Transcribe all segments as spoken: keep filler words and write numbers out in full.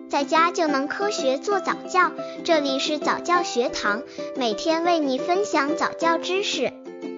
在家就能科学做早教。这里是早教学堂，每天为你分享早教知识。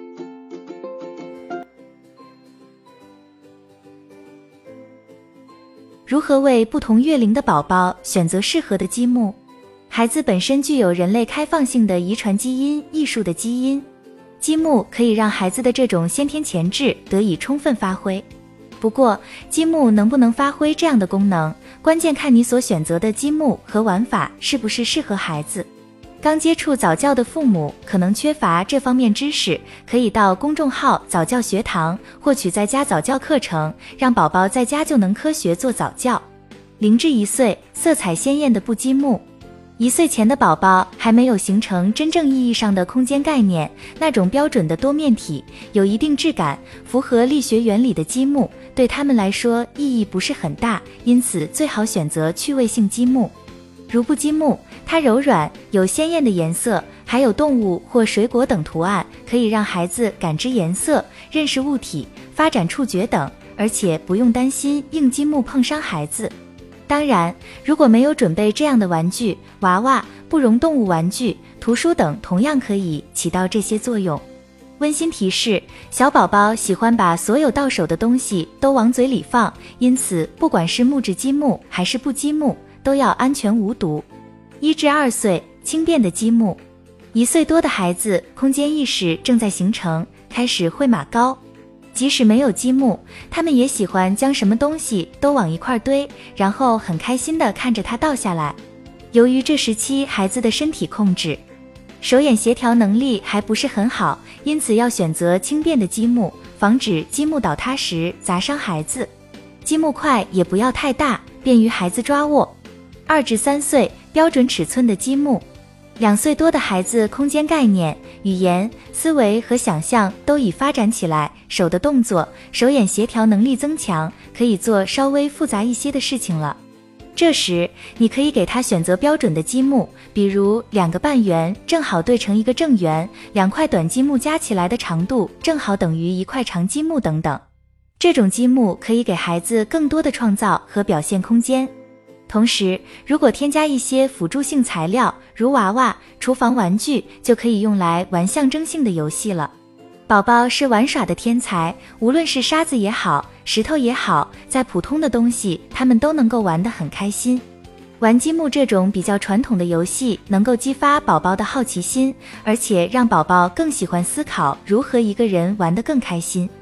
如何为不同月龄的宝宝选择适合的积木？孩子本身具有人类开放性的遗传基因、艺术的基因，积木可以让孩子的这种先天潜质得以充分发挥。不过，积木能不能发挥这样的功能，关键看你所选择的积木和玩法是不是适合孩子。刚接触早教的父母可能缺乏这方面知识，可以到公众号早教学堂获取在家早教课程，让宝宝在家就能科学做早教。零至一岁，色彩鲜艳的布积木。一岁前的宝宝还没有形成真正意义上的空间概念，那种标准的多面体、有一定质感、符合力学原理的积木，对他们来说意义不是很大，因此最好选择趣味性积木。如布积木，它柔软，有鲜艳的颜色，还有动物或水果等图案，可以让孩子感知颜色、认识物体、发展触觉等，而且不用担心硬积木碰伤孩子。当然，如果没有准备这样的玩具，娃娃、不溶动物玩具、图书等同样可以起到这些作用。温馨提示：小宝宝喜欢把所有到手的东西都往嘴里放，因此不管是木质积木还是布积木，都要安全无毒。一至二岁，轻便的积木。一岁多的孩子空间意识正在形成，开始会码高。即使没有积木，他们也喜欢将什么东西都往一块堆，然后很开心地看着它倒下来。由于这时期孩子的身体控制、手眼协调能力还不是很好，因此要选择轻便的积木，防止积木倒塌时砸伤孩子。积木块也不要太大，便于孩子抓握。二至三岁，标准尺寸的积木。两岁多的孩子空间概念、语言、思维和想象都已发展起来，手的动作、手眼协调能力增强，可以做稍微复杂一些的事情了。这时，你可以给他选择标准的积木，比如两个半圆正好对成一个正圆，两块短积木加起来的长度正好等于一块长积木等等。这种积木可以给孩子更多的创造和表现空间。同时，如果添加一些辅助性材料，如娃娃、厨房玩具，就可以用来玩象征性的游戏了。宝宝是玩耍的天才，无论是沙子也好，石头也好，再普通的东西，他们都能够玩得很开心。玩积木这种比较传统的游戏，能够激发宝宝的好奇心，而且让宝宝更喜欢思考如何一个人玩得更开心。